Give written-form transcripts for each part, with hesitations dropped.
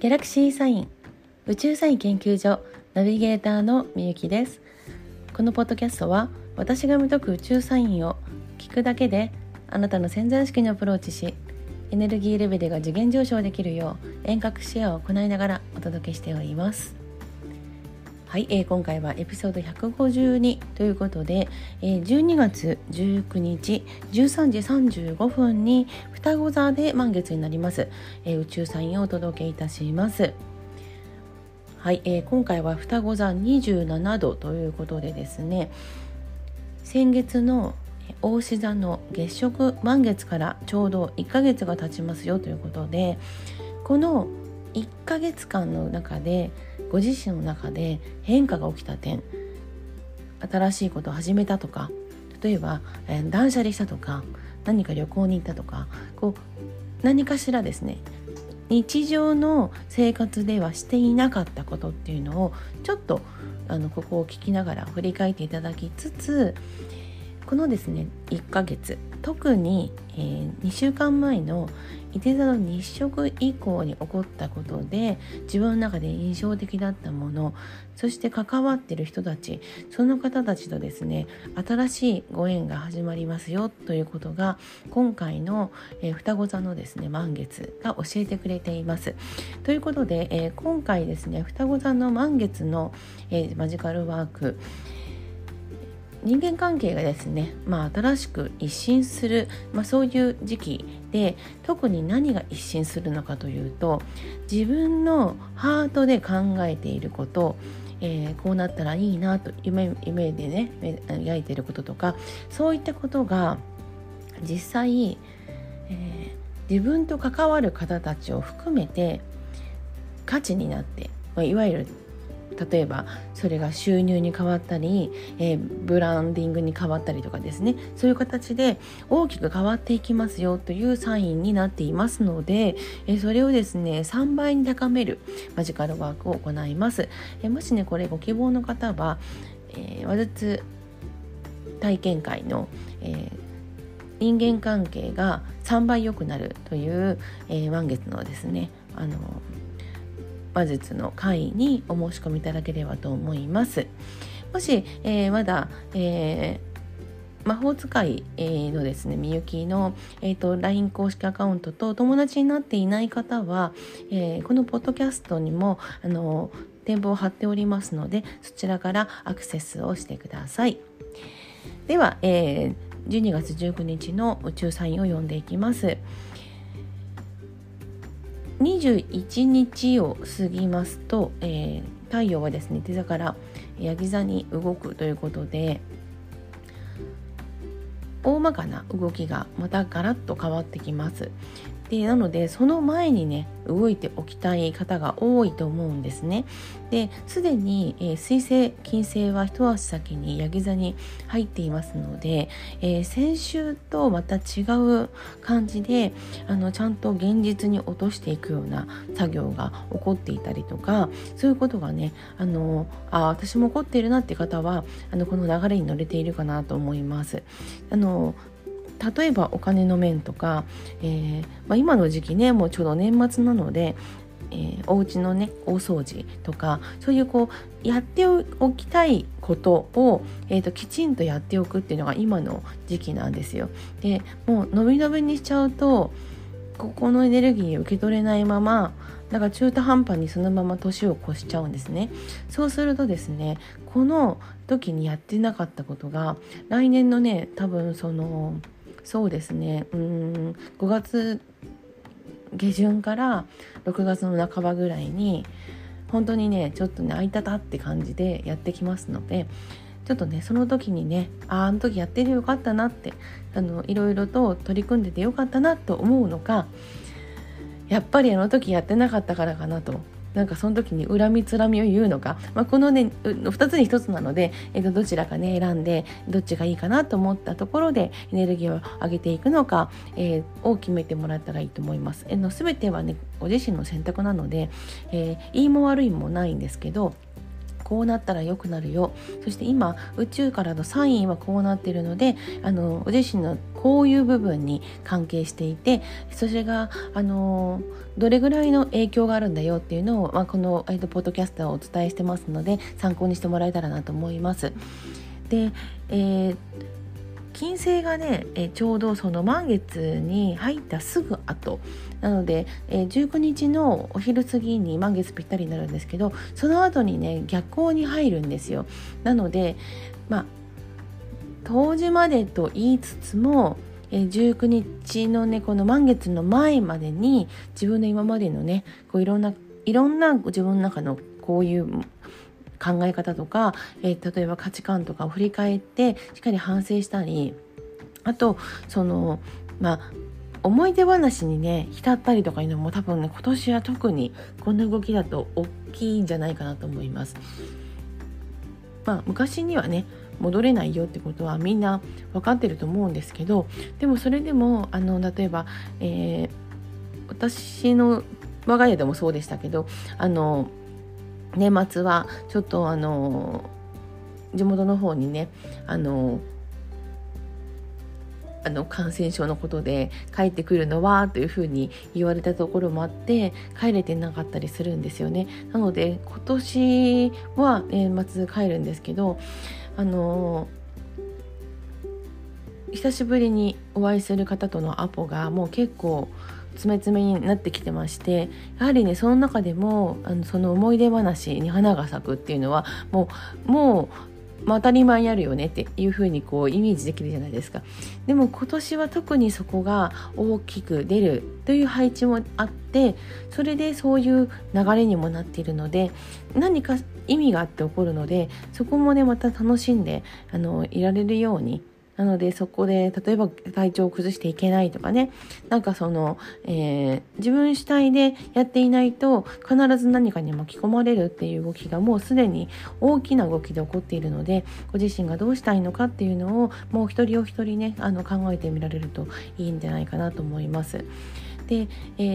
ギャラクシーサイン宇宙サイン研究所ナビゲーターのみゆきです。このポッドキャストは私が見解く宇宙サインを聞くだけであなたの潜在意識にアプローチし、エネルギーレベルが次元上昇できるよう遠隔シェアを行いながらお届けしております。はい、今回はエピソード152ということで、12月19日13時35分に双子座で満月になります、宇宙サインをお届けいたします。はい、今回は双子座27度ということでですね、先月の牡牛座の月食満月からちょうど1ヶ月が経ちますよということで、この1ヶ月間の中でご自身の中で変化が起きた点、新しいことを始めたとか、例えば、断捨離したとか、何か旅行に行ったとか、何かしらですね、日常の生活ではしていなかったことっていうのをちょっとここを聞きながら振り返っていただきつつ、このですね1ヶ月、特に、2週間前の伊手座の日食以降に起こったことで自分の中で印象的だったもの、そして関わっている人たち、その方たちとですね新しいご縁が始まりますよということが今回の、双子座のですね満月が教えてくれています。ということで、今回ですね双子座の満月の、マジカルワーク、人間関係がですね、新しく一新する、そういう時期で、特に何が一新するのかというと、自分のハートで考えていること、こうなったらいいなと夢でね描いていることとか、そういったことが実際、自分と関わる方たちを含めて価値になって、いわゆる例えばそれが収入に変わったり、ブランディングに変わったりとかですね、そういう形で大きく変わっていきますよというサインになっていますので、それをですね3倍に高めるマジカルワークを行います。もしねこれご希望の方は、話術体験会の、人間関係が3倍良くなるという、満月のですね話術の会にお申し込みいただければと思います。もし、まだ、魔法使いのですねみゆきの、LINE 公式アカウントと友達になっていない方は、このポッドキャストにも添付を貼っておりますので、そちらからアクセスをしてください。では、12月19日の宇宙サインを読んでいきます。21日を過ぎますと、太陽はですね手座からヤギ座に動くということで、大まかな動きがまたガラッと変わってきます。でなのでその前にね動いておきたい方が多いと思うんですね。ですでに、水星金星は一足先にヤギ座に入っていますので、先週とまた違う感じでちゃんと現実に落としていくような作業が起こっていたりとか、そういうことがね私も起こっているなっていう方はこの流れに乗れているかなと思います。例えばお金の面とか、今の時期ねもうちょうど年末なので、お家のね大掃除とか、そういうやっておきたいことを、きちんとやっておくっていうのが今の時期なんですよ。でもう伸び伸びにしちゃうとここのエネルギーを受け取れないまま中途半端にそのまま年を越しちゃうんですね。そうするとですねこの時にやってなかったことが来年のね多分そうですね5月下旬から6月の半ばぐらいに本当にねちょっとねあいたたって感じでやってきますので、ちょっとねその時にねあの時やっててよかったなっていろいろと取り組んでてよかったなと思うのか、やっぱりあの時やってなかったからかなとその時に恨みつらみを言うのか、このね2つに1つなので、どちらかね選んでどっちがいいかなと思ったところでエネルギーを上げていくのか、を決めてもらったらいいと思います。全てはねご自身の選択なので、いいも悪いもないんですけど、 こうなったら良くなるよ、そして今宇宙からのサインはこうなっているので、ご自身のこういう部分に関係していて、それがどれぐらいの影響があるんだよっていうのを、この、ポッドキャストをお伝えしてますので、参考にしてもらえたらなと思います。で、金星がね、ちょうどその満月に入ったすぐ後なので、19日のお昼過ぎに満月ぴったりになるんですけど、その後にね逆行に入るんですよ。なので冬至までと言いつつも、19日のねこの満月の前までに自分の今までのねいろんな自分の中のこういう考え方とか、例えば価値観とかを振り返ってしっかり反省したり、あと思い出話にね浸ったりとかいうのも多分ね今年は特にこの動きだと大きいんじゃないかなと思います。昔にはね戻れないよってことはみんな分かってると思うんですけど、でもそれでも例えば、私の我が家でもそうでしたけど、年末はちょっと地元の方にね感染症のことで帰ってくるのはというふうに言われたところもあって帰れてなかったりするんですよね。なので今年は年末帰るんですけど、久しぶりにお会いする方とのアポがもう結構詰めになってきてまして、やはりねその中でもその思い出話に花が咲くっていうのはもう当たり前にあるよねっていう風にイメージできるじゃないですか。でも今年は特にそこが大きく出るという配置もあって、それでそういう流れにもなっているので、何か意味があって起こるので、そこもねまた楽しんでいられるように、なのでそこで例えば体調を崩していけないとかね、自分主体でやっていないと必ず何かに巻き込まれるっていう動きがもうすでに大きな動きで起こっているので、ご自身がどうしたいのかっていうのをもう一人お一人ね考えてみられるといいんじゃないかなと思います。で、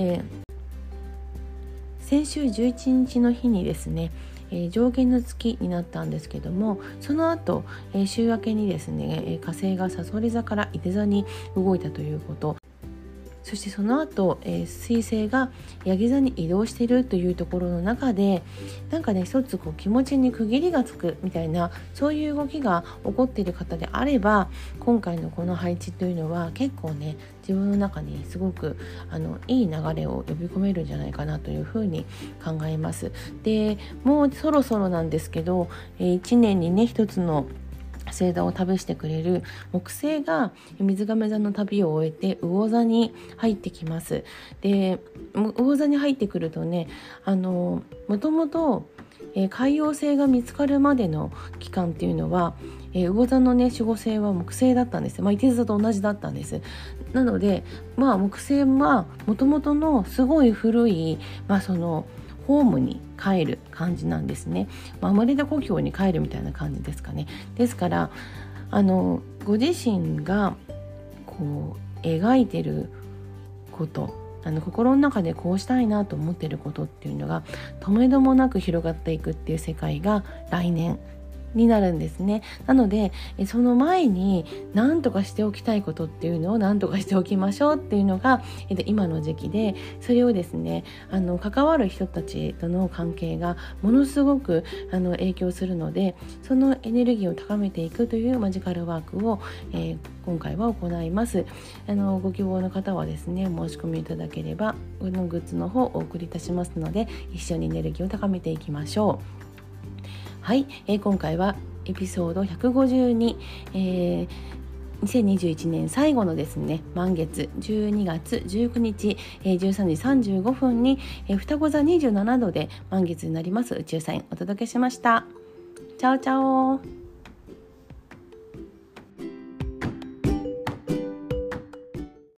先週11日の日にですね上限の月になったんですけども、その後、週明けにですね火星が蠍座から射手座に動いたということ、そしてその後、水星がヤギ座に移動しているというところの中で一つ気持ちに区切りがつくみたいな、そういう動きが起こっている方であれば、今回のこの配置というのは結構ね自分の中にすごくいい流れを呼び込めるんじゃないかなというふうに考えます。でもうそろそろなんですけど、1年にね一つの星座を旅してくれる木星が水亀座の旅を終えて魚座に入ってきます。で魚座に入ってくるとねもともと海洋星が見つかるまでの期間っていうのは魚座のね守護星は木星だったんです。射手座と同じだったんです。なので木星はもともとのすごい古いそのホームに帰る感じなんですね。生まれた故郷に帰るみたいな感じですかね。ですからご自身が描いてること心の中でこうしたいなと思ってることっていうのが止めどもなく広がっていくっていう世界が来年になるんですね。なのでその前に何とかしておきたいことっていうのを何とかしておきましょうっていうのが今の時期で、それをですね関わる人たちとの関係がものすごく影響するので、そのエネルギーを高めていくというマジカルワークを、今回は行います。ご希望の方はですね申し込みいただければこのグッズの方をお送りいたしますので、一緒にエネルギーを高めていきましょう。はい、今回はエピソード152、2021年最後のですね満月12月19日、13時35分に、双子座27度で満月になります宇宙サインお届けしました。チャオチャオ。